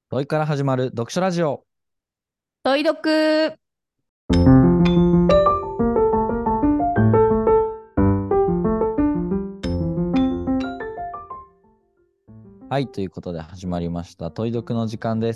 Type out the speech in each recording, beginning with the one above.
問いから始まる読書ラジオ。 トイドク。 はい、ということで始まりました問い読の時間です。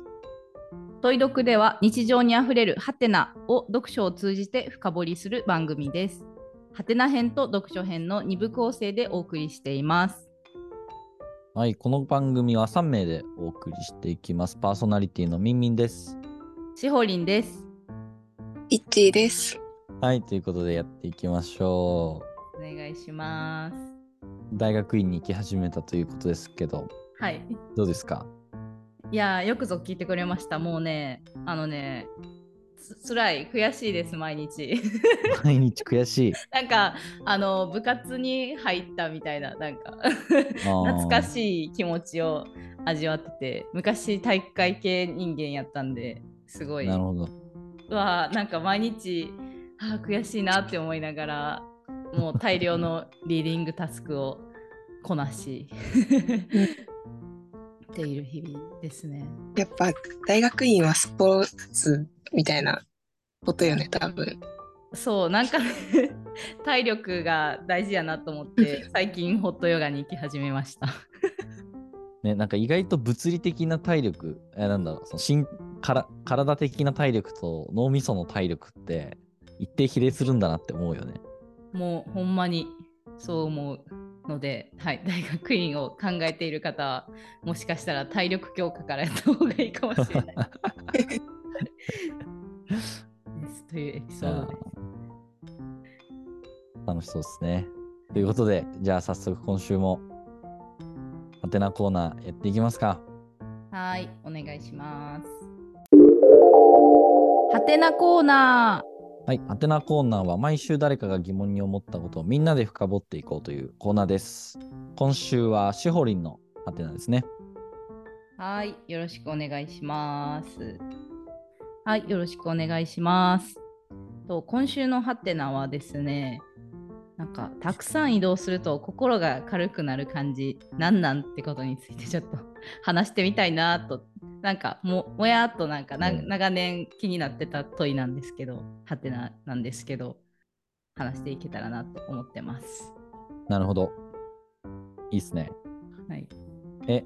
トイドクでは日常にあふれるハテナを読書を通じて深掘りする番組です。ハテナ編と読書編の2部構成でお送りしています。 はい、この番組は3名でお送りしていきます。パーソナリティのみんみんです。 しほりんです。 イッチーです。 はい、ということでやっていきましょお願いします。 う。大学院に行き始めたということですけど、 はい。 どうですか？ いやー、よくぞ聞いてくれました。もうね、辛い、悔しいです、毎日。 毎日悔しい。 なんか部活に入ったみたいな、なんかあ懐かあ、 しい気持ちを味わってて、昔体育会系人間やったんですごい、 なるほど。 なんか毎日悔しいなって思いながら、もう大量のリーディングタスクをこなしうん、 っている日々ですね。 やっぱ大学院はスポーツみたいなことよね、多分。 そう、なんかね体力が大事やなと思って最近ホットヨガに行き始めました。 ね、なんか意外と物理的な体力、なんだろう、体的な体力と脳みその体力って一定比例するんだなって思うよね。 もうほんまにそう思うので、はい、大学院を考えている方はもしかしたら体力強化からやった方がいいかもしれないですというエピソードです。 楽しそうですね。ということで、じゃあ早速今週もハテナコーナーやっていきますか。 はい、お願いします。はてなコーナー。 はい、ハテナコーナーは毎週誰かが疑問に思ったことをみんなで深掘っていこうというコーナーです。今週はしほりんのハテナですね。 はい、よろしくお願いします。はい、よろしくお願いします。今週のハテナはですね、なんかたくさん移動すると心が軽くなる感じなんなんってことについてちょっと話してみたいなと、なんかもやっとなんかうん、 長年気になってた問いなんですけど、はてななんですけど、話していけたらなと思ってます。 なるほど。いいっすね。 はい、 え、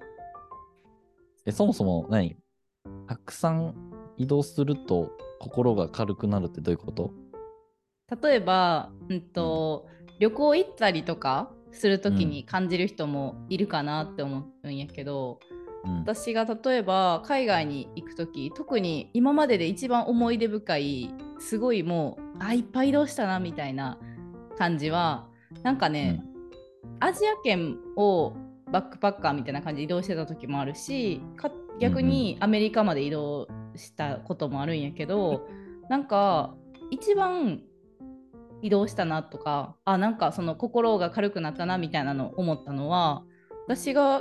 そもそもたくさん移動すると心が軽くなるってどういうこと？ 例えば、 うん。 旅行行ったりとかするときうん。 に感じる人もいるかなって思うんやけど、 うん。 私が例えば海外に行くとき、特に今までで一番思い出深い、すごいもういっぱい移動したなみたいな感じは、なんかね、 うん。 アジア圏をバックパッカーみたいな感じで移動してた時もあるし、 うん。う逆ん。 にアメリカまで移動したこともあるんやけど、なんか一番移動したなとか、なんかその心が軽くなったなみたいなのを思ったのは、私が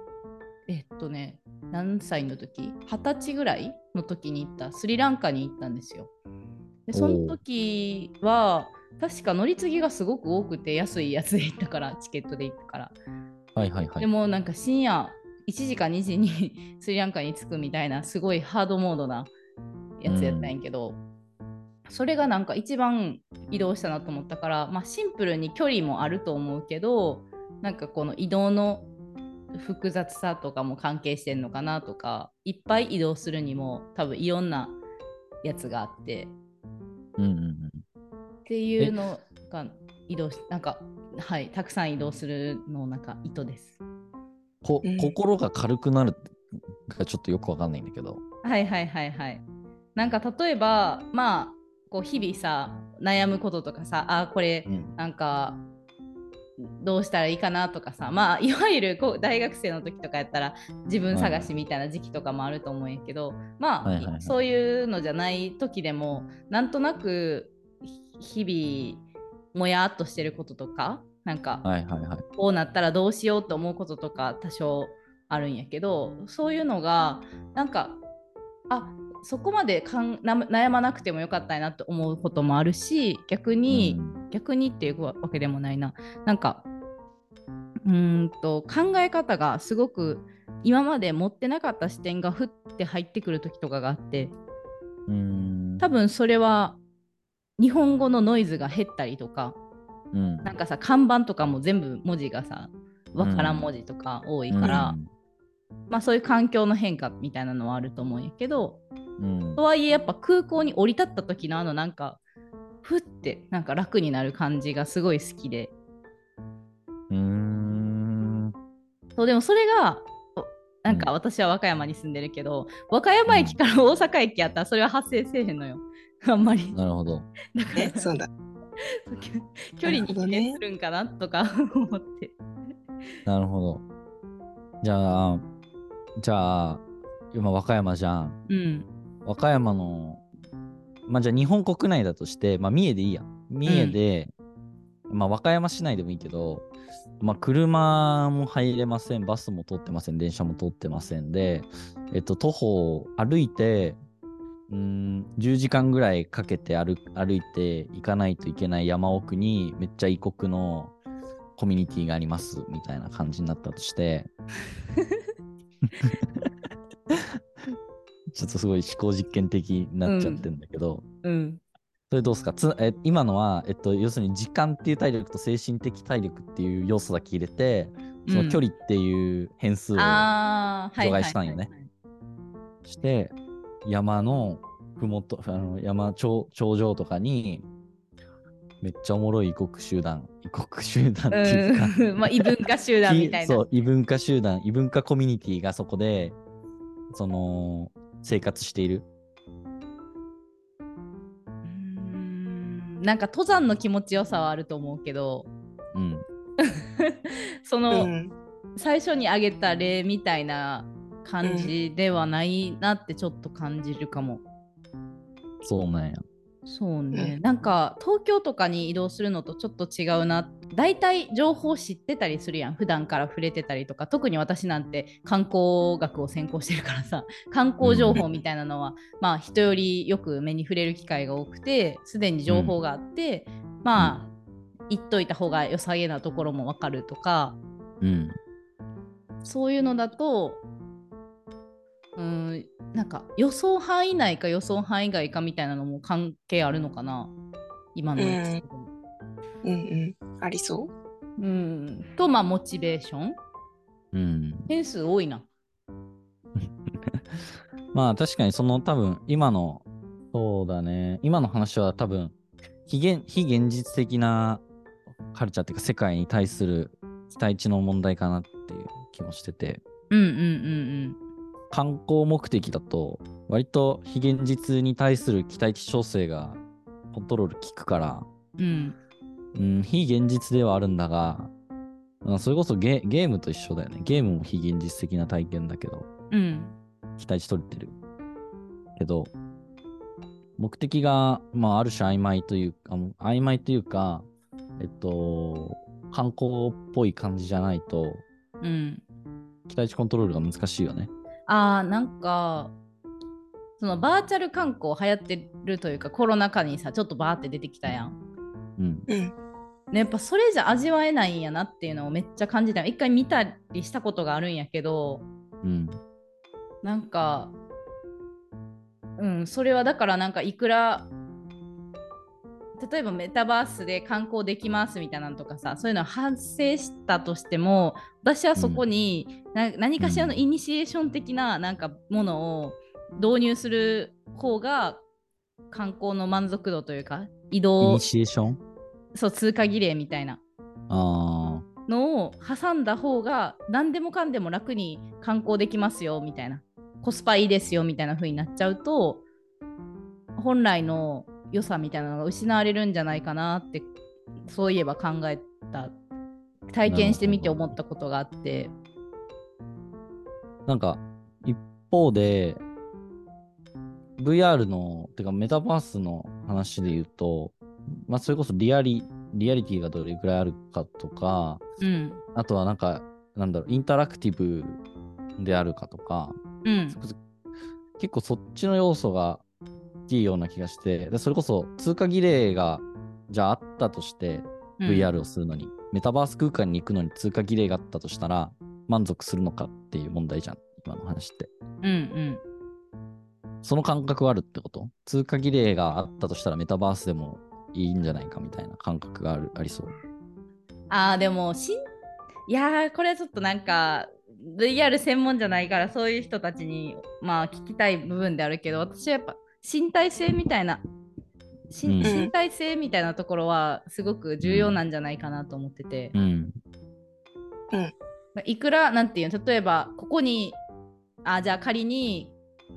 何歳の時、20歳ぐらいの時に行ったスリランカに行ったんですよ。で、そのおお。 時は確か乗り継ぎがすごく多くて、安いやつで行ったから、チケットで行ったから。 はいはいはい。 でもなんか深夜1時か2時にスリランカに着くみたいな、すごいハードモードなやつやったんうん。 やけど、それがなんか一番移動したなと思ったから、まあ、シンプルに距離もあると思うけど、なんかこの移動の複雑さとかも関係してんのかなとか、いっぱい移動するにも多分いろんなやつがあってうんうんうん。 っていうえ、 のが移動し、なんか、はい、たくさん移動するのなんか意図です。 うん。 心が軽くなるがちょっとよくわかんないんだけど。 はいはいはいはい。なんか例えば、まあ、こう日々さ、悩むこととかさ、これうん。 なんかどうしたらいいかなとかさ、まあ、いわゆる大学生の時とかやったら自分はいはい。 探しみたいな時期とかもあると思うんやけど、まあはいはいはい。 そういうのじゃない時でもなんとなく日々もやっとしてることとか、なんかはいはいはい。 こうなったらどうしようと思うこととか多少あるんやけど、そういうのがなんか、あそこまで悩まなくてもよかったなって思うこともあるし、 うん。 逆にっていうわけでもないな。なんか考え方がすごく今まで持ってなかった視点がふって入ってくる時とかがあって、多分それは日本語のノイズが減ったりとか、なんかさ看板とかも全部文字がさわからん文字とか多いから、まあそういう環境の変化みたいなのはあると思うんやけど、とはいえやっぱ空港に降り立った時のなんかふってなんか楽になる感じがすごい好きで、そうでもそれがなんか私は和歌山に住んでるけど、和歌山駅から大阪駅やったらそれは発生せえへんのよあんまり。 なるほど。 だからそうだ。 距離に比例するんかなとか思って。 なるほど。じゃあ今和歌山じゃん。和歌山のじゃあ日本国内だとして、三重でいいや。三重で、和歌山市内でもいいけど、車も入れません、バスも通ってません、電車も通ってませんで、徒歩歩いて、10時間ぐらいかけて歩いて行かないといけない山奥にめっちゃ異国のコミュニティがありますみたいな感じになったとしてちょっとすごい思考実験的になっちゃってるんだけど、それどうですか？今のは、要するに時間っていう体力と精神的体力っていう要素だけ入れて、その距離っていう変数を除外したんよね。して、山のふもと、山頂上とかに、めっちゃおもろい異国集団っていうか、 異文化集団みたいな。 そう、異文化集団、異文化コミュニティがそこで、生活している。 なんか登山の気持ちよさはあると思うけど、最初に挙げた例みたいな感じではないなってちょっと感じるかも。 そうなんや。 そうね、なんか東京とかに移動するのとちょっと違うな。大体情報知ってたりするやん、普段から触れてたりとか。特に私なんて観光学を専攻してるからさ、観光情報みたいなのは、人よりよく目に触れる機会が多くて、すでに情報があって、言っといた方が良さげなところも分かるとか、そういうのだとなんか予想範囲内か予想範囲外かみたいなのも関係あるのかな、今のやつ。 ありそう。 とモチベーション、点数多いな。 確かに多分今のそうだね、今の話は多分非現実的なカルチャーっていうか世界に対する期待値の問題かなっていう気もしてて、観光目的だと割と非現実に対する期待値調整がコントロール効くから、非現実ではあるんだが、それこそゲームと一緒だよね。ゲームも非現実的な体験だけど、期待値取れてるけど、目的がある種曖昧というか、観光っぽい感じじゃないと、期待値コントロールが難しいよね。 なんかそのバーチャル観光流行ってるというか、コロナ禍にさちょっとバーって出てきたやん。やっぱそれじゃ味わえないんやなっていうのをめっちゃ感じた。一回見たりしたことがあるんやけど、なんかそれはだからなんかいくら例えばメタバースで観光できますみたいなのとかさ、そういうの発生したとしても、私はそこに何かしらのイニシエーション的ななんかものを導入する方が観光の満足度というか、移動イニシエーション、 そう、通過儀礼みたいなのを挟んだ方が何でもかんでも楽に観光できますよみたいな、コスパいいですよみたいな風になっちゃうと、本来の良さみたいなのが失われるんじゃないかなって、そういえば考えた、体験してみて思ったことがあって。 なんか一方で VR のてかメタバースの話で言うと、それこそリアリティがどれくらいあるかとか、あとはインタラクティブであるかとか、結構そっちの要素が大きいような気がして、でそれこそ通過儀礼がじゃああったとして、VR をするのに、メタバース空間に行くのに通過儀礼があったとしたら、 満足するのかっていう問題じゃん、今の話って。 うんうん。 その感覚はあるってこと？通過儀礼があったとしたらメタバースでもいいんじゃないかみたいな感覚がありそう。 でもいやー、これはちょっとなんか VR 専門じゃないからそういう人たちにまあ聞きたい部分であるけど、私はやっぱ身体性みたいな身体性みたいなところはすごく重要なんじゃないかなと思ってて、 うんうん、 いくらなんていうの、例えばここにじゃあ仮に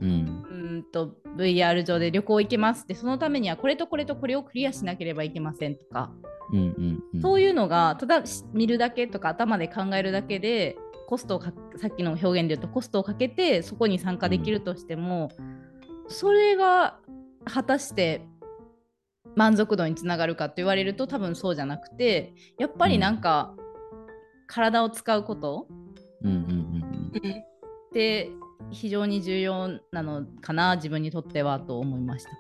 VR 上で旅行行けますって、そのためにはこれとこれとこれをクリアしなければいけませんとか、そういうのがただ見るだけとか頭で考えるだけでコストをさっきの表現で言うとコストをかけてそこに参加できるとしても、それが果たして満足度につながるかと言われると多分そうじゃなくて、やっぱりなんか体を使うことって非常に重要なのかな、自分にとってはと思いました。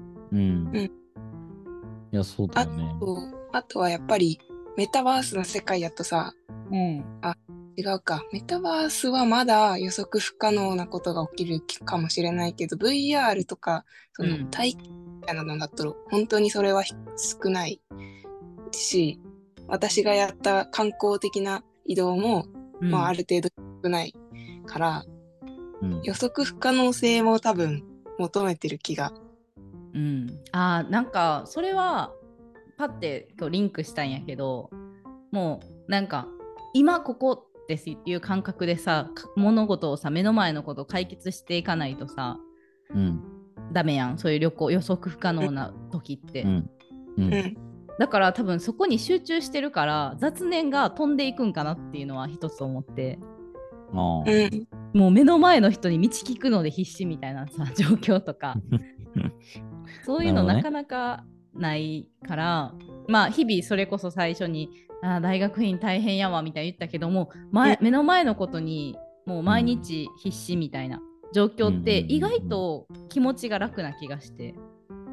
いや、そうだよね。 あとはやっぱりメタバースの世界やとさ、違うか、メタバースはまだ予測不可能なことが起きるかもしれないけど、 VR とかその体験みたいなのだと本当にそれは少ないし、私がやった観光的な移動も、まあ、ある程度少ないから、予測不可能性も多分求めてる気が。 なんかそれはパッてこうリンクしたんやけど、もうなんか今ここですっていう感覚でさ、物事をさ、目の前のことを解決していかないとさ、ダメやん、そういう予測不可能な時って、だから多分そこに集中してるから雑念が飛んでいくんかなっていうのは一つ思って、もう目の前の人に道聞くので必死みたいなさ状況とかそういうのなかなかないから、まあ日々それこそ最初に大学院大変やわみたいに言ったけども、目の前のことにもう毎日必死みたいな状況って意外と気持ちが楽な気がして、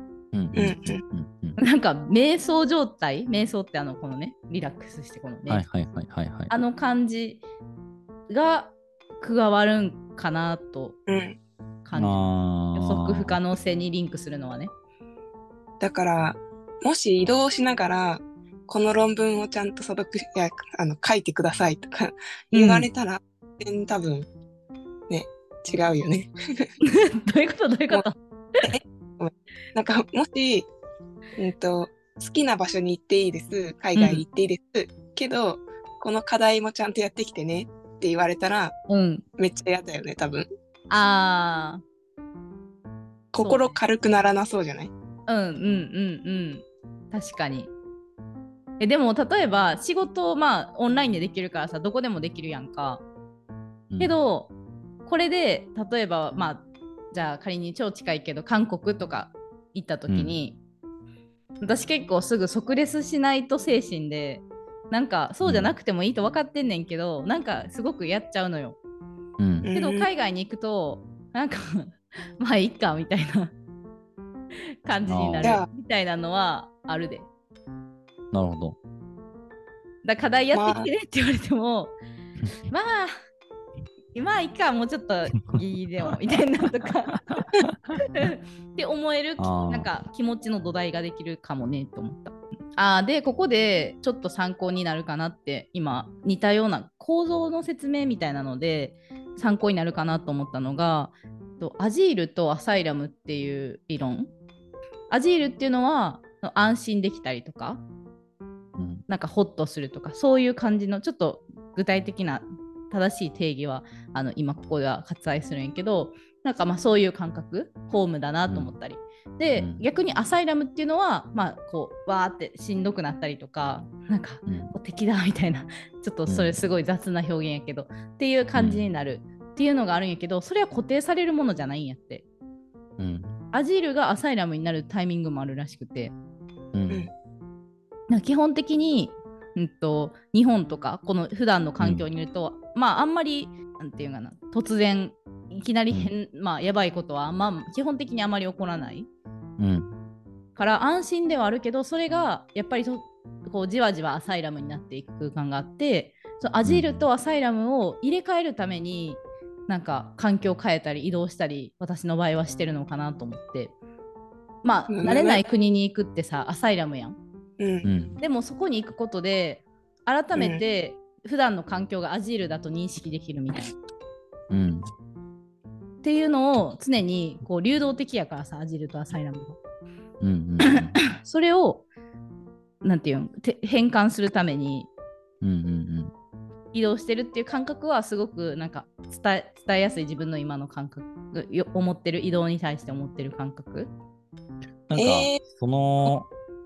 なんか瞑想状態、瞑想ってこのねリラックスしてこのね、感じが加わるんかなと感じ、予測不可能性にリンクするのはね。 だからもし移動しながらこの論文をちゃんと書いてくださいとか言われたら、多分ね違うよねどういうことなんかもし、好きな場所に行っていいです、海外行っていいです、けどこの課題もちゃんとやってきてねって言われたら、めっちゃ嫌だよね多分。心軽くならなそうじゃない？ 確かに。でも例えば仕事オンラインでできるからさ、どこでもできるやんか。けどこれで例えばじゃあ仮に超近いけど韓国とか行った時に、私結構すぐ即レスしないと精神で、なんかそうじゃなくてもいいと分かってんねんけど、なんかすごくやっちゃうのよ。けど海外に行くとなんかまあいいかみたいな感じになるみたいなのはあるで。 なるほど。 課題やってきてねって言われても、今いいか、もうちょっとギリでもみたいなとかって思えるなんか気持ちの土台ができるかもねと思った。でここでちょっと参考になるかなって、今似たような構造の説明みたいなので参考になるかなと思ったのが、アジールとアサイラムっていう理論。アジールっていうのは安心できたりとか、なんかホッとするとか、そういう感じのちょっと具体的な正しい定義は今ここでは割愛するんやけど、なんかそういう感覚、ホームだなと思ったり、で逆にアサイラムっていうのはこうわーってしんどくなったりとか、なんか敵だみたいなちょっとそれすごい雑な表現やけど、っていう感じになるっていうのがあるんやけど、それは固定されるものじゃないんやって。アジールがアサイラムになるタイミングもあるらしくて、基本的に、日本とかこの普段の環境にいると、あんまりなんていうかな、突然いきなりやばいことは基本的にあまり起こらない、から安心ではあるけど、それがやっぱりこうじわじわアサイラムになっていく空間があって、 そのアジールとアサイラムを入れ替えるためになんか環境を変えたり移動したり私の場合はしてるのかなと思って、まあ慣れない国に行くってさアサイラムやん、うん、でもそこに行くことで改めて普段の環境がアジールだと認識できるみたいな、うん、っていうのを常にこう流動的やからさアジールとアサイラムが、うんうん、それをなんていうの変換するために、うんうんうん、移動してるっていう感覚はすごくなんか伝えやすい自分の今の感覚思ってる移動に対して思ってる感覚なんか、その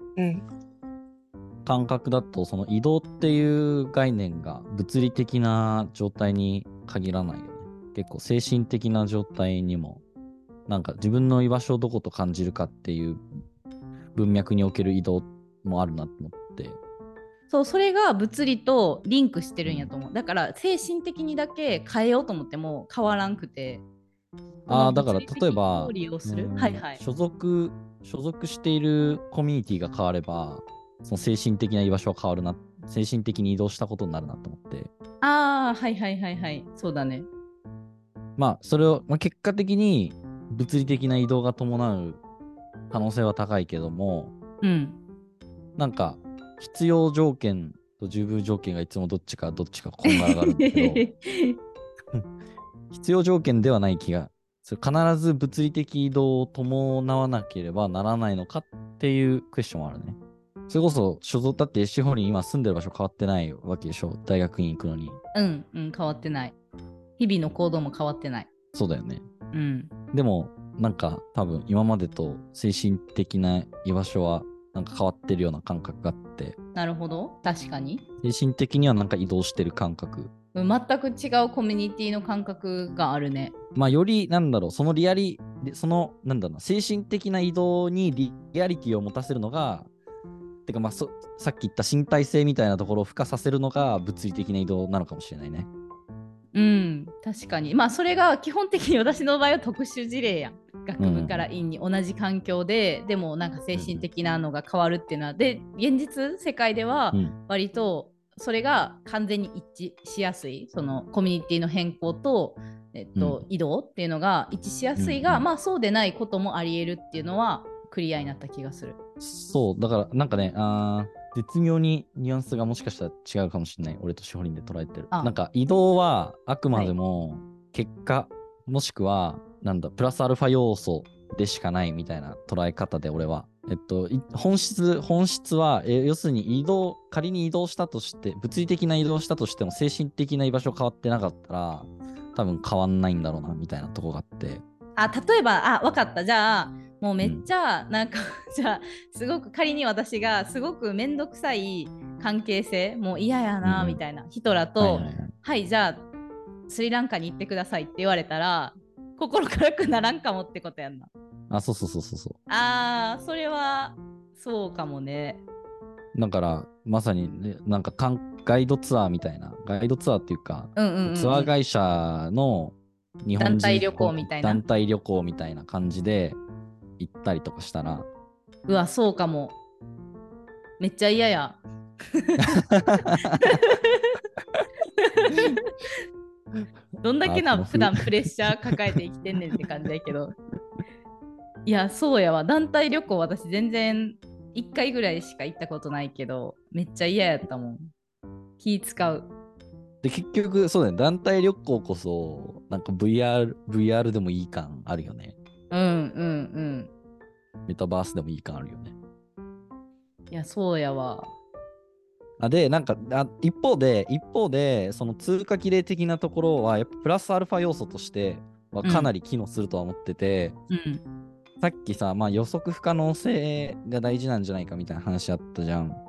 感覚だとその移動っていう概念が物理的な状態に限らないよね。結構精神的な状態にもなんか自分の居場所をどこと感じるかっていう文脈における移動もあるなと思って、 そうそれが物理とリンクしてるんやと思う。だから精神的にだけ変えようと思っても変わらんくて、 だから例えばはいはい、 所属しているコミュニティが変わればその精神的な居場所は変わるな、精神的に移動したことになるなと思って。 ああはいはいはいはい、そうだね。 まあそれを、結果的に物理的な移動が伴う可能性は高いけども、うん、なんか必要条件と十分条件がいつもどっちかこんがらがるんだけど必要条件ではない気が、それ必ず物理的移動を伴わなければならないのかっていうクエスチョンもあるね。それこそ所属だってシホリン今住んでる場所変わってないわけでしょ、大学院行くのに。 うん変わってない。日々の行動も変わってない。 そうだよね。うん。でもなんか多分今までと精神的な居場所はなんか変わってるような感覚があって。 なるほど、確かに。 精神的にはなんか移動してる感覚。 全く違うコミュニティの感覚があるね。 まあよりなんだろう、そのなんだろうな、精神的な移動にリアリティを持たせるのが、てかまあさっき言った身体性みたいなところを付加させるのが物理的な移動なのかもしれないね。 うん、確かに。まあそれが基本的に私の場合は特殊事例やん。学部から院に同じ環境で、でもなんか精神的なのが変わるっていうのは、で現実世界では割とそれが完全に一致しやすい、そのコミュニティの変更と、移動っていうのが一致しやすいが、まあそうでないこともありえるっていうのはクリアになった気がする。 そうだからなんかね、絶妙にニュアンスがもしかしたら違うかもしれない。俺とシホリンで捉えてる。なんか移動はあくまでも結果、はい、もしくはなんだプラスアルファ要素でしかないみたいな捉え方で俺は。本質は、要するに仮に移動したとして、物理的な移動したとしても精神的な居場所変わってなかったら多分変わんないんだろうなみたいなとこがあって。 例えば分かった。じゃあもうめっちゃなんか、じゃあすごく仮に私がすごくめんどくさい関係性もう嫌やなみたいな人らと、はいじゃあスリランカに行ってくださいって言われたら心軽くならんかもってことやんな。 そう。 それはそうかもね。 だからまさに、ね、なんかガイドツアーみたいな、ガイドツアーっていうか、ツアー会社の日本人団体旅行みたいな団体旅行みたいな感じで行ったりとかしたら、 うわそうかも、めっちゃ嫌やどんだけな普段プレッシャー抱えて生きてんねんって感じだけどいやそうやわ、団体旅行私全然1回ぐらいしか行ったことないけどめっちゃ嫌やったもん。気使う。 で結局そうだね、団体旅行こそなんか VR でもいい感あるよね。メタバースでもいい感あるよね。 いやそうやわ。 でなんか一方でその通過儀礼的なところはやっぱプラスアルファ要素としてはかなり機能するとは思ってて、さっきさ、予測不可能性が大事なんじゃないかみたいな話あったじゃん。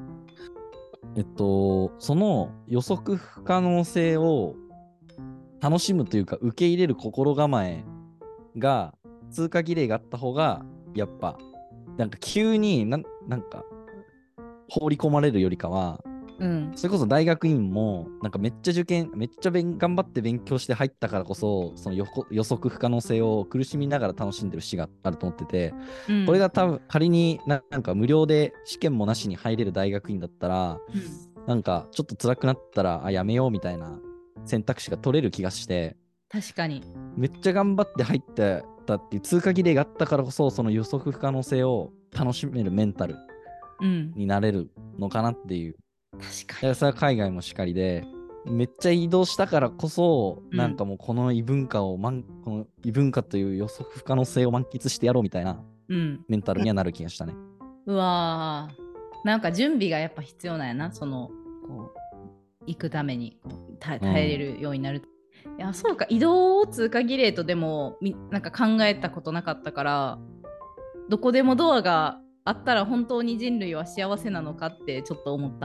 その予測不可能性を楽しむというか受け入れる心構えが通過儀礼があった方がやっぱなんか急になんか放り込まれるよりかは、それこそ大学院もなんかめっちゃ頑張って勉強して入ったからこそその予測不可能性を苦しみながら楽しんでる節があると思ってて、これが多分仮になんか無料で試験もなしに入れる大学院だったら、 なんかちょっと辛くなったらやめようみたいな選択肢が取れる気がして、 確かにめっちゃ頑張って入ってたっていう通過儀礼があったからこそ、その予測不可能性を楽しめるメンタルになれるのかなっていう。 確かに。 それは海外もしかりで、めっちゃ移動したからこそ、なんかもうこの異文化という予測不可能性を満喫してやろうみたいなメンタルにはなる気がしたね。 うわー、なんか準備がやっぱ必要なんやな、そのこう行くために耐えれるようになる。いや、そうか、移動通過儀礼とでもなんか考えたことなかったから、どこでもドアがあったら本当に人類は幸せなのかってちょっと思った。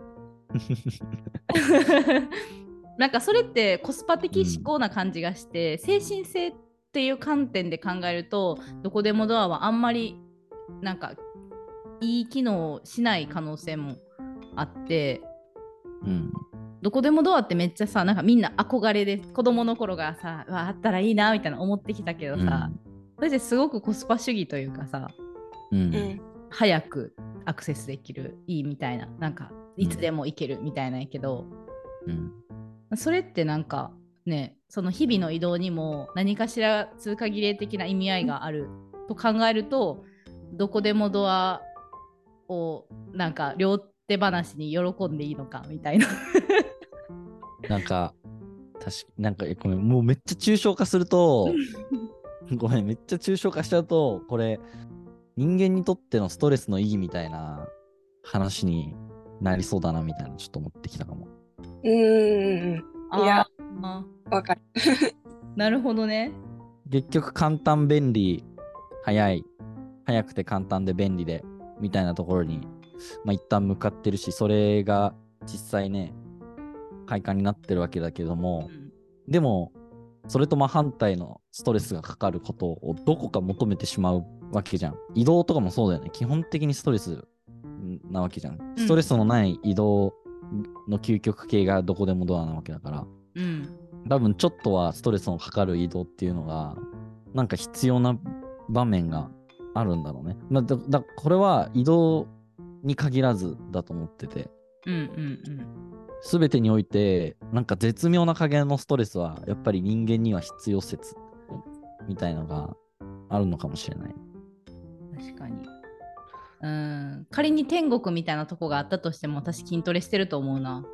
なんかそれってコスパ的思考な感じがして、精神性っていう観点で考えるとどこでもドアはあんまりなんかいい機能しない可能性もあって、どこでもドアってめっちゃさ、なんかみんな憧れで子供の頃がさ、あったらいいなみたいな思ってきたけどさ、それですごくコスパ主義というかさ、早くアクセスできる、いいみたいな、なんかいつでも行けるみたいなんやけど、それってなんかね、その日々の移動にも何かしら通過儀礼的な意味合いがあると考えると、どこでもドアをなんか両手話に喜んでいいのかみたいな。 なんかごめん、もうめっちゃ抽象化するとごめん、めっちゃ抽象化しちゃうと、これ人間にとってのストレスの意義みたいな話になりそうだなみたいな、ちょっと思ってきたかも。 いや、わかる。 なるほどね。 結局簡単便利、早くて簡単で便利でみたいなところに、一旦向かってるし、それが実際ね快感になってるわけだけども、でもそれと真反対のストレスがかかることをどこか求めてしまうわけじゃん。移動とかもそうだよね。基本的にストレスなわけじゃん。ストレスのない移動の究極系がどこでもドアなわけだから、多分ちょっとはストレスのかかる移動っていうのがなんか必要な場面があるんだろうね。これは移動に限らずだと思ってて、全てにおいてなんか絶妙な加減のストレスはやっぱり人間には必要説みたいのがあるのかもしれない。 確かに。仮に天国みたいなとこがあったとしても私筋トレしてると思うな。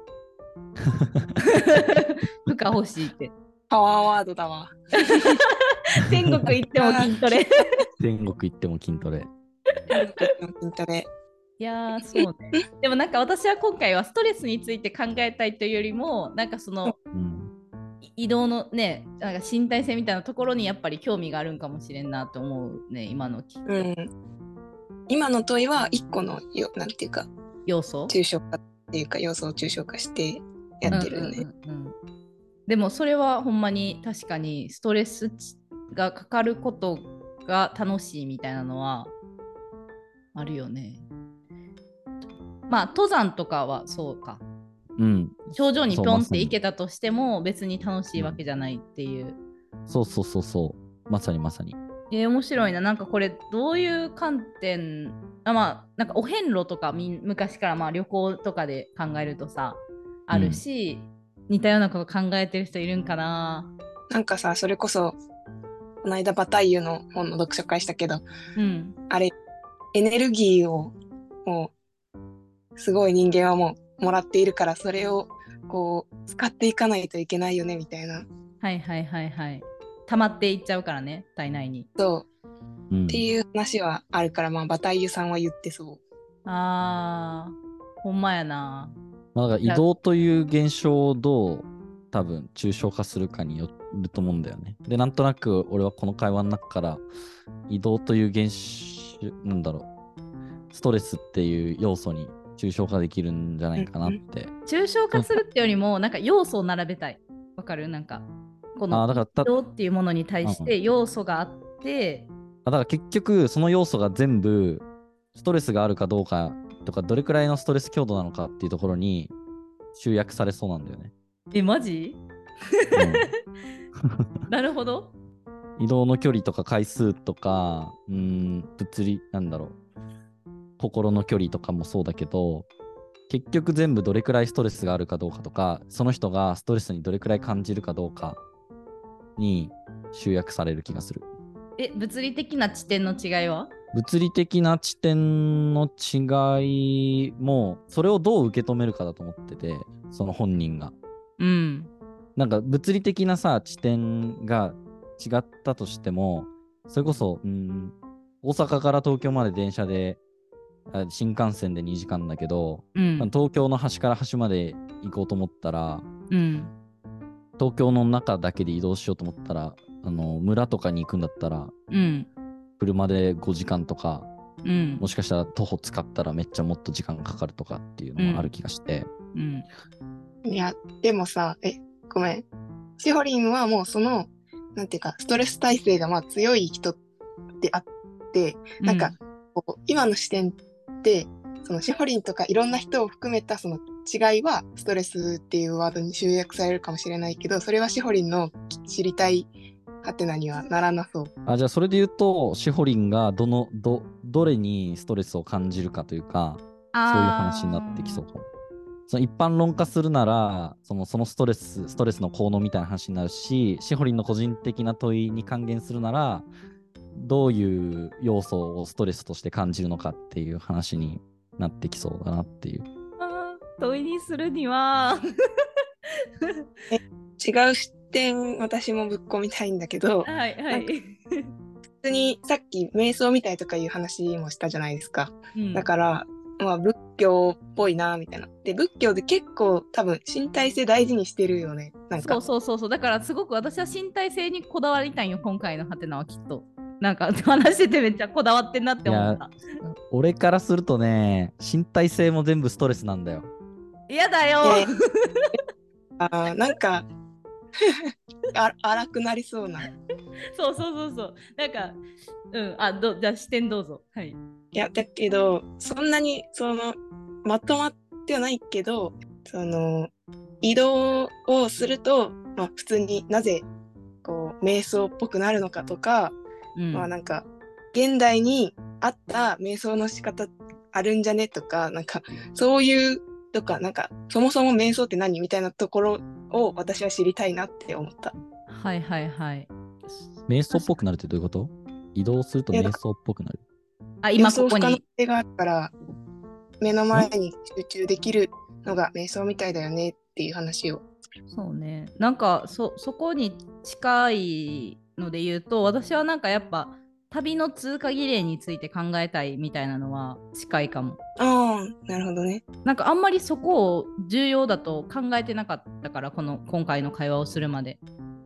負荷欲しいって。 パワーワードだわ。 天国行っても筋トレ。 天国行っても筋トレ。 いやー、そうね。でもなんか私は今回はストレスについて考えたいというよりも、なんかその、移動のね、なんか身体性みたいなところにやっぱり興味があるんかもしれんなと思うね、今の聞くと。 今の問いは一個のなんていうか要素抽象化っていうか要素を抽象化してやってるよね。 でもそれはほんまに確かにストレスがかかることが楽しいみたいなのはあるよね。登山とかはそうか。頂上にピョンって行けたとしても別に楽しいわけじゃないっていう。 まさにまさに。 面白いな。なんかこれどういう観点、なんかお遍路とか昔から旅行とかで考えるとさあるし、似たようなこと考えてる人いるんかな。 なんかさ、それこそこの間バタイユの本の読書会したけど、あれエネルギーをもうすごい人間はもうもらっているから、それをこう使っていかないといけないよねみたいな。 溜まっていっちゃうからね、体内に。 そう、っていう話はあるから、バタイユさんは言ってそう。 ほんまやな。 だから移動という現象をどう多分抽象化するかによると思うんだよね。で、なんとなく俺はこの会話の中から移動という現象、ストレスっていう要素に抽象化できるんじゃないかなって。 抽象化するってよりもなんか要素を並べたい。わかる？なんかこの移動っていうものに対して要素があって、 だから結局その要素が全部ストレスがあるかどうかとか、どれくらいのストレス強度なのかっていうところに集約されそうなんだよね。 マジ？なるほど。 移動の距離とか回数とか、物理心の距離とかもそうだけど、 結局全部どれくらいストレスがあるかどうかとか、その人がストレスにどれくらい感じるかどうかに集約される気がする。 物理的な地点の違いは？ 物理的な地点の違いも、それをどう受け止めるかだと思ってて、その本人が。 うん。 なんか物理的なさ、地点が違ったとしても、それこそ、大阪から東京まで電車で、新幹線で2時間だけど、東京の端から端まで行こうと思ったら、東京の中だけで移動しようと思ったら、村とかに行くんだったら、車で5時間とか、もしかしたら徒歩使ったらめっちゃもっと時間がかかるとかっていうのもある気がして。 いや、でもさ、ごめん。しほりんはもうその、なんていうか、ストレス耐性がまあ強い人であって、なんか、こう今の視点って、そのしほりんとかいろんな人を含めたその違いはストレスっていうワードに集約されるかもしれないけど、それはしほりんの知りたいハテナにはならなそう。 じゃあそれで言うと、しほりんがどれにストレスを感じるかというか、そういう話になってきそうかも。その一般論化するなら、そのストレスの効能みたいな話になるし、しほりんの個人的な問いに還元するなら、どういう要素をストレスとして感じるのかっていう話になってきそうだなっていう。 問いにするには違う視点私もぶっ込みたいんだけど、普通にさっき瞑想みたいとかいう話もしたじゃないですか、だからまあ仏教っぽいなみたいな。で仏教で結構多分身体性大事にしてるよね。なんかそうだからすごく私は身体性にこだわりたいよ、今回のハテナはきっと。なんか話しててめっちゃこだわってんなって思った。 俺からするとね、身体性も全部ストレスなんだよ。 嫌だよなんか荒くなりそうなそうなんかじゃあ視点どうぞ。はい。いやだけどそんなにまとまってはないけど、移動をすると、まあ、普通になぜこう瞑想っぽくなるのかとか、まあなんか現代に合った瞑想の仕方あるんじゃねとか、なんかそういうとか、なんかそもそも瞑想って何みたいなところを私は知りたいなって思った。 はいはいはい。 瞑想っぽくなるってどういうこと？移動すると瞑想っぽくなる？ 今ここに。 瞑想不可能性があるから目の前に集中できるのが瞑想みたいだよねっていう話を。 そうね。なんかそこに近いので言うと、私はなんかやっぱ旅の通過儀礼について考えたいみたいなのは近いかも。 なるほどね。 なんかあんまりそこを重要だと考えてなかったから、今回の会話をするまで。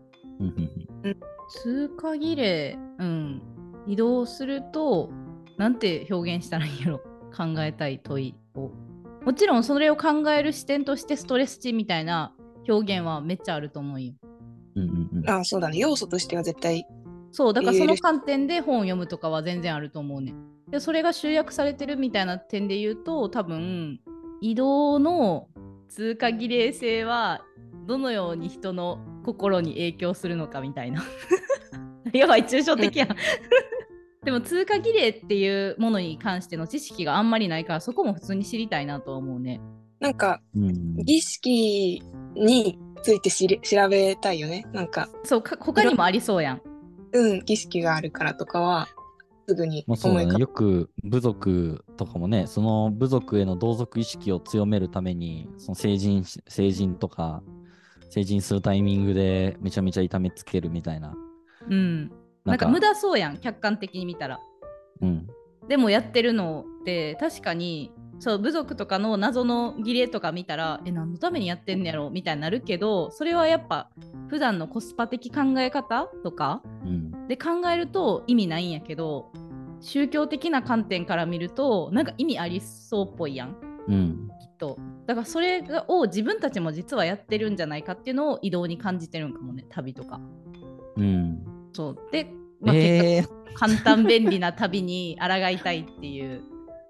通過儀礼、移動するとなんて表現したらいいやろ、考えたい問いを。もちろんそれを考える視点としてストレス値みたいな表現はめっちゃあると思うよ。 そうだね。要素としては絶対。 そうだからその観点で本を読むとかは全然あると思うね。でそれが集約されてるみたいな点で言うと、多分移動の通過儀礼性はどのように人の心に影響するのかみたいなやばい抽象的やんでも通過儀礼っていうものに関しての知識があんまりないから、そこも普通に知りたいなとは思うね。 なんか、儀式について調べたいよね。なんかそう他にもありそうやん。 儀式があるからとかはすぐに思い浮かぶ。そうだね、よく部族とかもね、その部族への同族意識を強めるために、その成人とか成人するタイミングでめちゃめちゃ痛めつけるみたいな。 なんか無駄そうやん、客観的に見たら。でもやってるのって確かに、そう部族とかの謎の儀礼とか見たら何のためにやってんねやろみたいになるけど、それはやっぱ普段のコスパ的考え方とか、で考えると意味ないんやけど、宗教的な観点から見るとなんか意味ありそうっぽいやん、きっと。だからそれを自分たちも実はやってるんじゃないかっていうのを移動に感じてるんかもね、旅とか。そうで、結果簡単便利な旅に抗いたいっていう。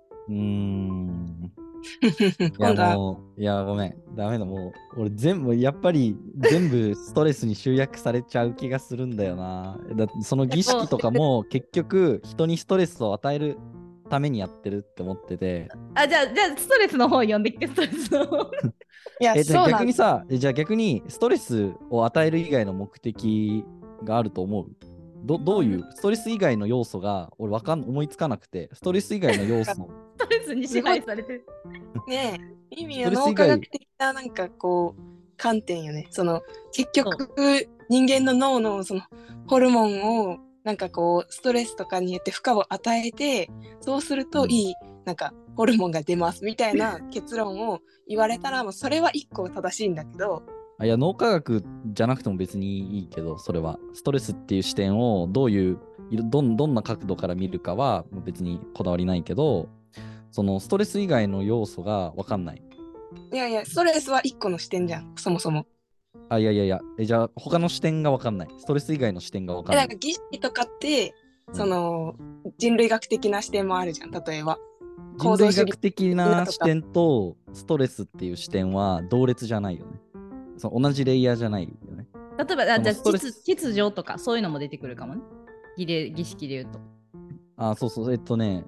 いやごめん、ダメだ、もう俺やっぱり全部ストレスに集約されちゃう気がするんだよな。その儀式とかも結局人にストレスを与えるためにやってるって思ってて。 じゃあストレスの方読んできて、ストレスの方。 いや、 じゃあ逆にさ、じゃあ逆にストレスを与える以外の目的があると思う？どういうストレス以外の要素が俺思いつかなくて、ストレス以外の要素。 ストレスに支配されてる。 ねえ、意味は脳科学的ななんかこう観点よね。その結局人間の脳のそのホルモンをなんかこうストレスとかによって負荷を与えて、そうするといいなんかホルモンが出ますみたいな結論を言われたら、もうそれは一個正しいんだけど。 いや、脳科学じゃなくても別にいいけど、それはストレスっていう視点をどんな角度から見るかは別にこだわりないけど、そのストレス以外の要素が分かんない。 いやいや、ストレスは一個の視点じゃん、そもそも。 いや、じゃあ他の視点が分かんない。ストレス以外の視点が分かんない。 なんか儀式とかって、その人類学的な視点もあるじゃん、例えば。 人類学的な視点とストレスっていう視点は同列じゃないよね。同じレイヤーじゃないよね。 例えば、じゃあ秩序とかそういうのも出てくるかもね。儀式で言うと。 そう。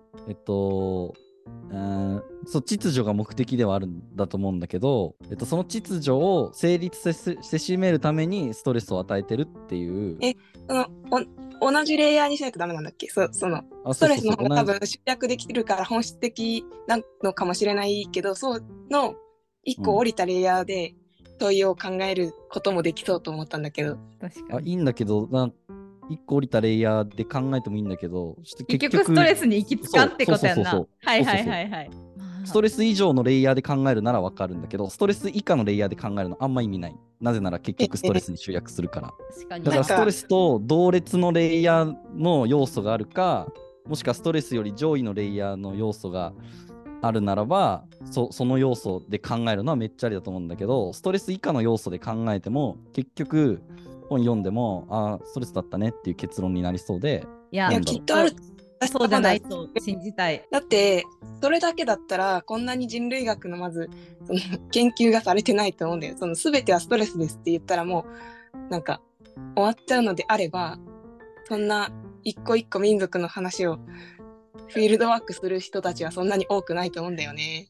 そう、秩序が目的ではあるんだと思うんだけど、その秩序を成立してしめるためにストレスを与えてるっていう。 同じレイヤーにしないとダメなんだっけ？そのストレスの方が多分集約できるから本質的なのかもしれないけど、その一個降りたレイヤーで問いを考えることもできそうと思ったんだけど。 確かに。 いいんだけど、一個降りたレイヤーで考えてもいいんだけど、 結局ストレスに行き着かってことやんな。はい。 ストレス以上のレイヤーで考えるならわかるんだけど、ストレス以下のレイヤーで考えるのあんま意味ない。なぜなら結局ストレスに集約するから。だからストレスと同列のレイヤーの要素があるか、もしくはストレスより上位のレイヤーの要素があるならば、その要素で考えるのはめっちゃありだと思うんだけど、ストレス以下の要素で考えても結局本読んでもストレスだったねっていう結論になりそうで。 いやきっとある。 そうじゃないと信じたい。 だってそれだけだったらこんなに人類学のまずその研究がされてないと思うんだよ。その全てはストレスですって言ったらもうなんか終わっちゃうのであれば、そんな一個一個民族の話をフィールドワークする人たちはそんなに多くないと思うんだよね。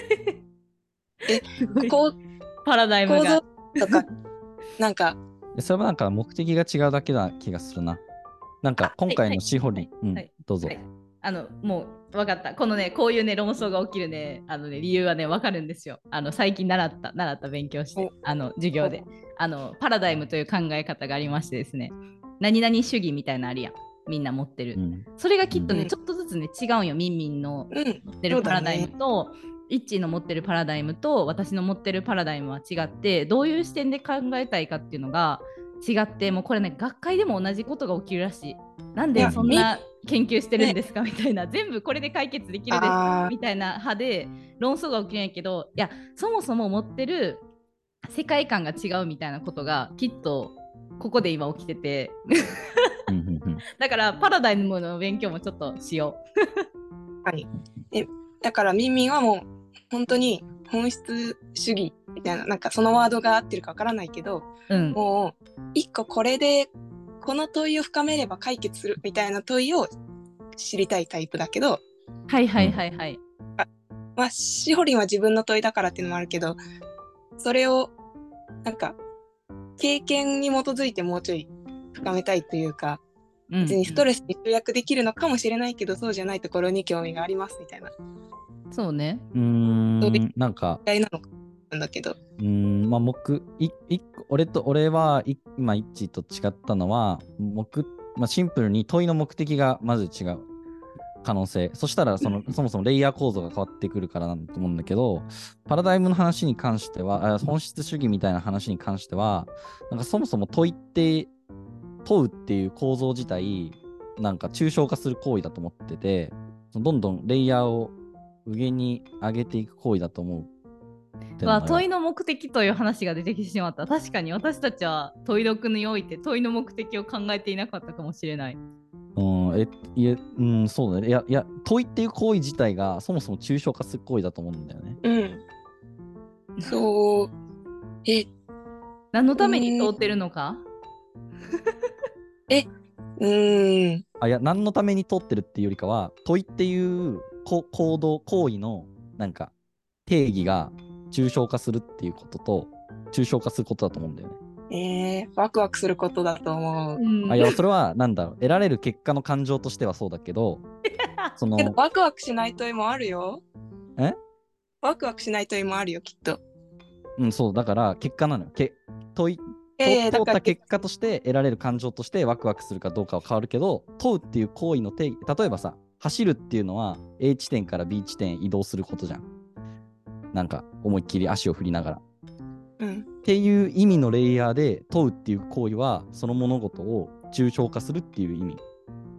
パラダイムが構造とかなんかそれはなんか目的が違うだけな気がするな。なんか今回の司法に、どうぞ。 もう分かった。こういうね論争が起きるね、理由はね分かるんですよ。最近習った勉強して授業でパラダイムという考え方がありましてですね、何々主義みたいなのあるやん。みんな持ってる。それがきっとね、ちょっとずつね違うんよ。ミンミンの持ってるパラダイムと、イッチーの持ってるパラダイムと私の持ってるパラダイムは違って、どういう視点で考えたいかっていうのが違って、もうこれね学会でも同じことが起きるらしい。なんでそんな研究してるんですかみたいな、全部これで解決できるですみたいな派で論争が起きるんやけど、いやそもそも持ってる世界観が違うみたいなことがきっとここで今起きててだからパラダイムの勉強もちょっとしよう。はい。だからミンミンはもう本当に本質主義みたいな、なんかそのワードが合ってるかわからないけど、もう一個これでこの問いを深めれば解決するみたいな問いを知りたいタイプだけど、まあしほりんは自分の問いだからっていうのもあるけど、それをなんか経験に基づいてもうちょい深めたいというか、別にストレスに集約できるのかもしれないけど、そうじゃないところに興味がありますみたいな。 そうね。 なんかなのかなんだけど。 まあ俺は今イッチと違ったのはシンプルに問いの目的がまず違う可能性。そしたらそもそもレイヤー構造が変わってくるからなんだと思うんだけど、パラダイムの話に関しては、本質主義みたいな話に関しては、なんかそもそも問うっていう構造自体なんか抽象化する行為だと思ってて、どんどんレイヤーを上に上げていく行為だと思う。 問いの目的という話が出てきてしまった。確かに私たちは問い読において問いの目的を考えていなかったかもしれない。 そうだね。いや問いっていう行為自体がそもそも抽象化する行為だと思うんだよね。 そう。 何のために問ってるのかいや、何のために通ってるっていうよりかは、問いっていう行動、行為のなんか定義が抽象化するっていうことと、抽象化することだと思うんだよね。ワクワクすることだと思う。 いや、それはなんだろう、得られる結果の感情としてはそうだけど、 けどワクワクしない問いもあるよ。 え？ ワクワクしない問いもあるよ、きっと。 そう、だから結果なのよ。通った結果として得られる感情としてワクワクするかどうかは変わるけど、問うっていう行為の定義、例えばさ、走るっていうのは A 地点から B 地点へ移動することじゃん。なんか思いっきり足を振りながら。っていう意味のレイヤーで問うっていう行為はその物事を抽象化するっていう意味。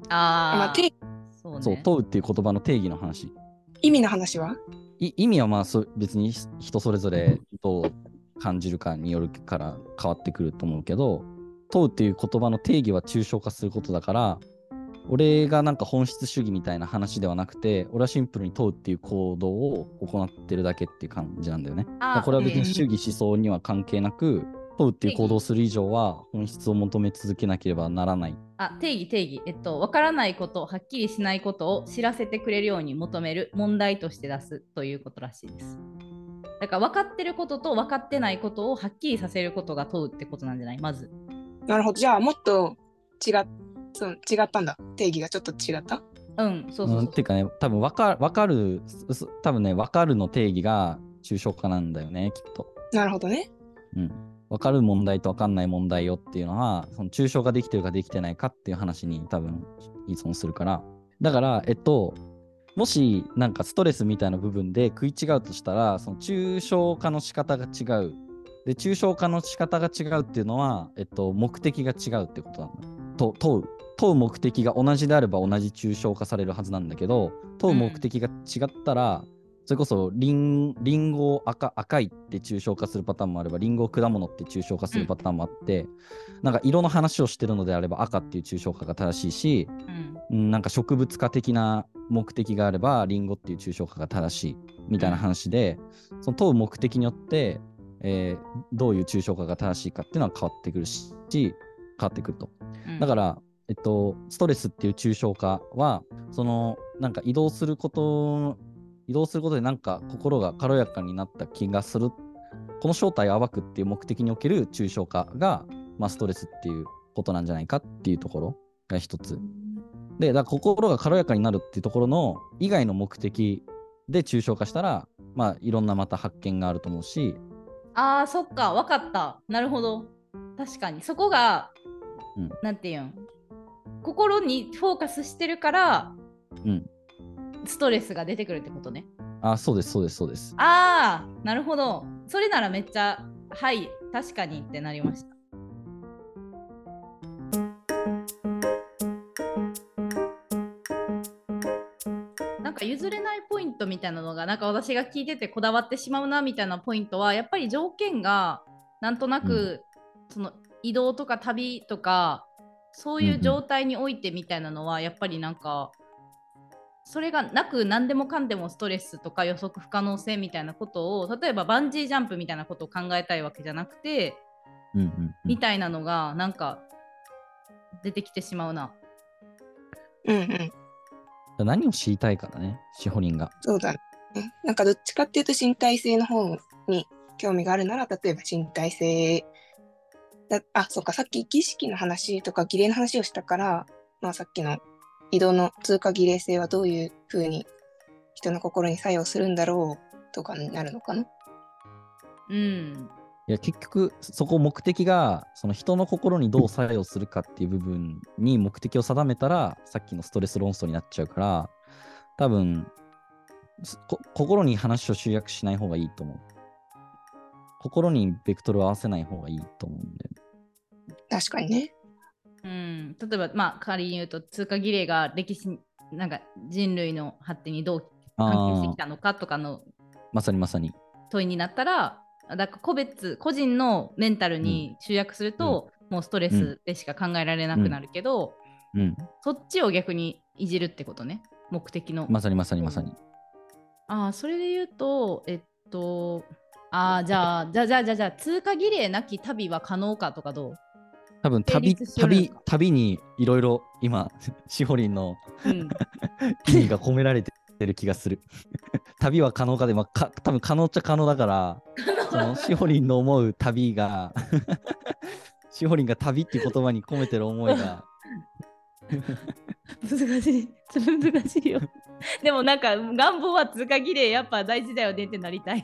そう、問うっていう言葉の定義の話。 意味の話は？ 意味はまあ別に人それぞれどう感じるかによるから変わってくると思うけど、問うっていう言葉の定義は抽象化することだから、俺がなんか本質主義みたいな話ではなくて、俺はシンプルに問うっていう行動を行ってるだけっていう感じなんだよね。これは別に主義思想には関係なく、問うっていう行動をする以上は本質を求め続けなければならない。 定義。分からないこと、はっきりしないことを知らせてくれるように求める、問題として出すということらしいです。だから分かってることと分かってないことをはっきりさせることが問うってことなんじゃない？まず。 なるほど。じゃあもっと違ったんだ。定義がちょっと違った？ そう。 っていうかね、多分分かるの定義が抽象化なんだよね、きっと。 なるほどね。 分かる問題と分かんない問題よっていうのは、その抽象化できてるかできてないかっていう話に多分依存するから。だから、もしなんかストレスみたいな部分で食い違うとしたら、その抽象化の仕方が違う。で、抽象化の仕方が違うっていうのは、目的が違うってことなんだ。問う目的が同じであれば同じ抽象化されるはずなんだけど、問う目的が違ったら、それこそリンゴを赤いって抽象化するパターンもあれば、リンゴを果物って抽象化するパターンもあって、なんか色の話をしてるのであれば赤っていう抽象化が正しいし、なんか植物化的な目的があればリンゴっていう抽象化が正しいみたいな話で、その問う目的によって、どういう抽象化が正しいかっていうのは変わってくるし、変わってくると。だから、ストレスっていう抽象化は、そのなんか移動することでなんか心が軽やかになった気がする。この正体を暴くっていう目的における抽象化が、ストレスっていうことなんじゃないかっていうところが一つ。で、だから心が軽やかになるっていうところの以外の目的で抽象化したら、いろんなまた発見があると思うし。 そっか、分かった。なるほど。確かに。そこが、なんていうん、心にフォーカスしてるから、ストレスが出てくるってことね。 そうです。 なるほど。それならめっちゃ、はい、確かにってなりました。なんか譲れないポイントみたいなのが、なんか私が聞いててこだわってしまうなみたいなポイントは、やっぱり条件がなんとなく、その移動とか旅とかそういう状態においてみたいなのは、やっぱりなんかそれがなく何でもかんでもストレスとか予測不可能性みたいなことを、例えばバンジージャンプみたいなことを考えたいわけじゃなくて、みたいなのがなんか出てきてしまうな。 何を知りたいからね、シホリンが。 そうだね。なんかどっちかっていうと身体性の方に興味があるなら、例えば身体性そうか、さっき儀式の話とか儀礼の話をしたから、さっきの移動の通過儀礼性はどういうふうに人の心に作用するんだろうとかになるのかな。 いや結局そこ目的がその人の心にどう作用するかっていう部分に目的を定めたら、さっきのストレス論争になっちゃうから、多分心に話を集約しない方がいいと思う。心にベクトルを合わせない方がいいと思うんで。 確かにね。 例えば仮に言うと通過儀礼が歴史なんか人類の発展にどう関係してきたのかとかのまさに問いになったら、だから個人のメンタルに集約すると、もうストレスでしか考えられなくなるけど、そっちを逆にいじるってことね、目的の。 まさにそれで言うとじゃあ通過儀礼なき旅は可能かとかどう？ 多分旅にいろいろ今しほりんの、意味が込められてる気がする。旅は可能かで、多分可能っちゃ可能だから、そのしほりんの思う旅がしほりんが旅っていう言葉に込めてる思いが難しい。難しいよ。でもなんか願望は通過儀礼やっぱ大事だよねってなりたい。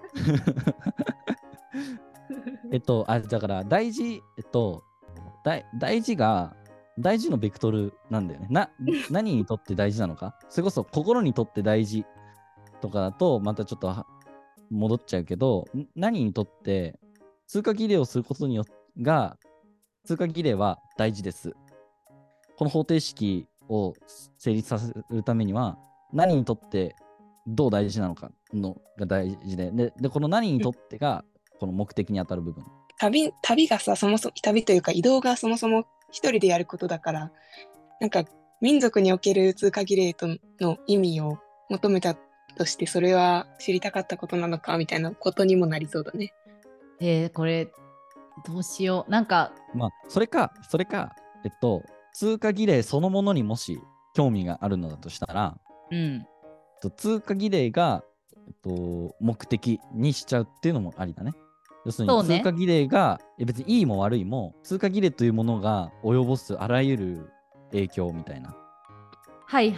だから大事、大事のベクトルなんだよね。何にとって大事なのか。それこそ心にとって大事とかだとまたちょっと戻っちゃうけど、何にとって通過儀礼をすることによって通過儀礼は大事です。この方程式を成立させるためには何にとってどう大事なのかのが大事で、この何にとってがこの目的に当たる部分。 旅がさ、そもそも旅というか移動がそもそも一人でやることだから、なんか民族における通過儀礼の意味を求めたとして、それは知りたかったことなのかみたいなことにもなりそうだね。 これどうしよう。なんかそれか通過儀礼そのものにもし興味があるのだとしたら、通過儀礼が、目的にしちゃうっていうのもありだね。要するに通過儀礼が、別にいいも悪いも通過儀礼というものが及ぼすあらゆる影響みたいな。 はい。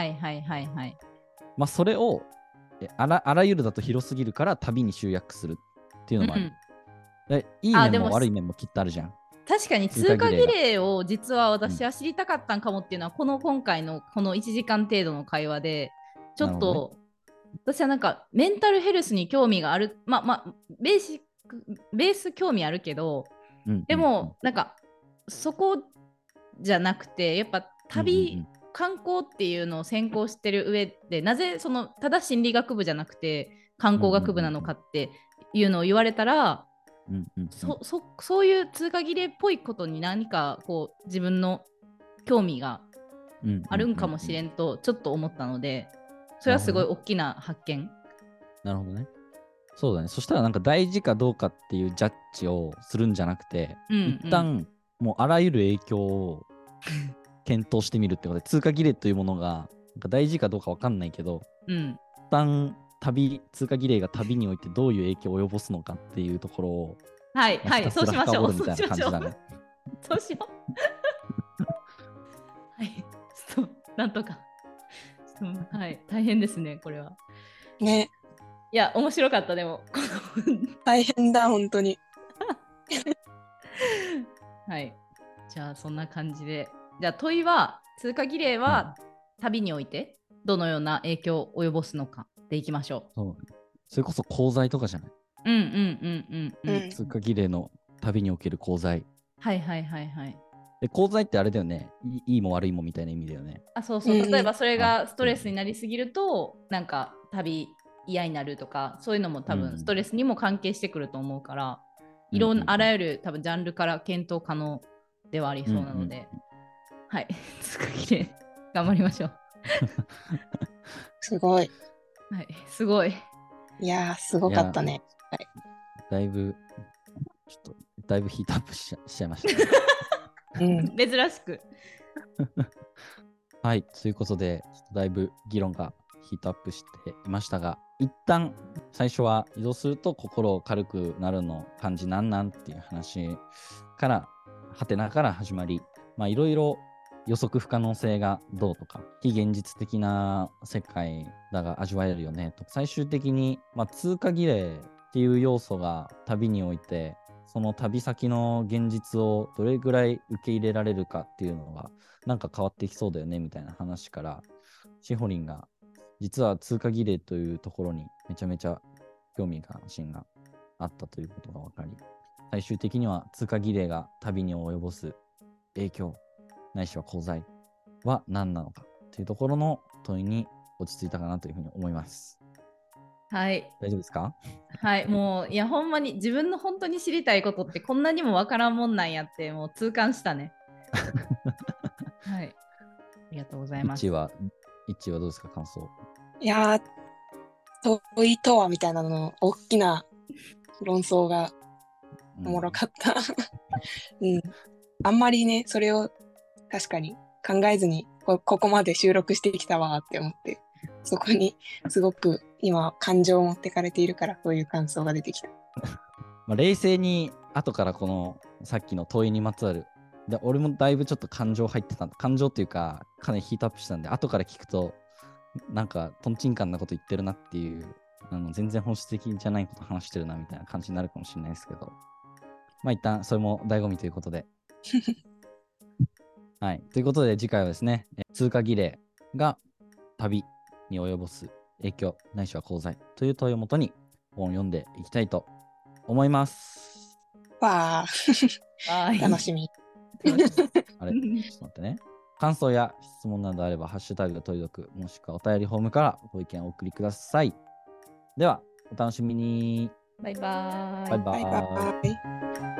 それをあらゆるだと広すぎるから旅に集約するっていうのもある。いい面も悪い面もきっとあるじゃん。 確かに通過儀礼を実は私は知りたかったんかもっていうのは、今回のこの1時間程度の会話でちょっと、私はなんかメンタルヘルスに興味がある、ベース興味あるけど、でもなんかそこじゃなくて、やっぱ観光っていうのを専攻してる上で、なぜそのただ心理学部じゃなくて観光学部なのかっていうのを言われたら、そういう通過儀礼っぽいことに何かこう自分の興味があるんかもしれんとちょっと思ったので、それはすごい大きな発見。 なるほどね。そうだね。そしたらなんか大事かどうかっていうジャッジをするんじゃなくて、一旦もうあらゆる影響を検討してみるってことで、通過儀礼というものがなんか大事かどうか分かんないけど、一旦通過儀礼が旅においてどういう影響を及ぼすのかっていうところを、 そうしましょう。 みたいな感じだね。 そうしよう。はい、なんとか。はい、大変ですね、これは。 ね。 いや、面白かった、でも。 大変だ、本当に。 はい。じゃあ、そんな感じで。じゃあ、問いは、通過儀礼は旅においてどのような影響を及ぼすのかでいきましょう。 それこそ功罪とかじゃない？通過儀礼の旅における功罪。 はい。 で、功罪ってあれだよね。いいも悪いもみたいな意味だよね。 そう。例えばそれがストレスになりすぎると、なんか旅嫌になるとか、そういうのも多分ストレスにも関係してくると思うから、あらゆる多分ジャンルから検討可能ではありそうなので、はい、通過儀礼頑張りましょう。 すごい。 はい、すごい。 いやー、すごかったね。はい、 だいぶヒートアップしちゃいました、 ね。珍しく。 はい、ということで、だいぶ議論がヒートアップしていましたが、一旦最初は移動すると心軽くなるの漢字なんっていう話からハテナから始まり、いろいろ予測不可能性がどうとか、非現実的な世界だが味わえるよねと、最終的に、通過儀礼っていう要素が旅において、その旅先の現実をどれぐらい受け入れられるかっていうのがなんか変わってきそうだよねみたいな話から、しほりんが実は通過儀礼というところにめちゃめちゃ興味関心があったということが分かり、最終的には通過儀礼が旅に及ぼす影響ないしは功罪は何なのかというところの問いに落ち着いたかなというふうに思います。 はい。 大丈夫ですか？ はい、もういやほんまに自分の本当に知りたいことってこんなにもわからんもんなんやってもう痛感したね。はい。ありがとうございます。 一はどうですか、感想？ いやー、問いとはみたいなの大きな論争がおもろかった。あんまりね、それを確かに考えずにここまで収録してきたわって思って、そこにすごく今感情を持ってかれているから、こういう感想が出てきた。 まあ冷静に後からこのさっきの問いにまつわるで、俺もだいぶちょっと感情入ってたんだ。感情っていうかかなりヒートアップしたんで、後から聞くとなんかトンチンカンなこと言ってるなっていう、全然本質的じゃないこと話してるなみたいな感じになるかもしれないですけど、まあ一旦それも醍醐味ということではい、ということで次回はですね、通過儀礼が旅に及ぼす影響ないしは功罪という問いをもとに本を読んでいきたいと思います。 わー楽しみ。 あれ、ちょっと待ってね。感想や質問などあれば、ハッシュタグ問い読もしくはお便りフォームからご意見をお送りください。では、お楽しみに。 バイバーイ。 バイバーイ。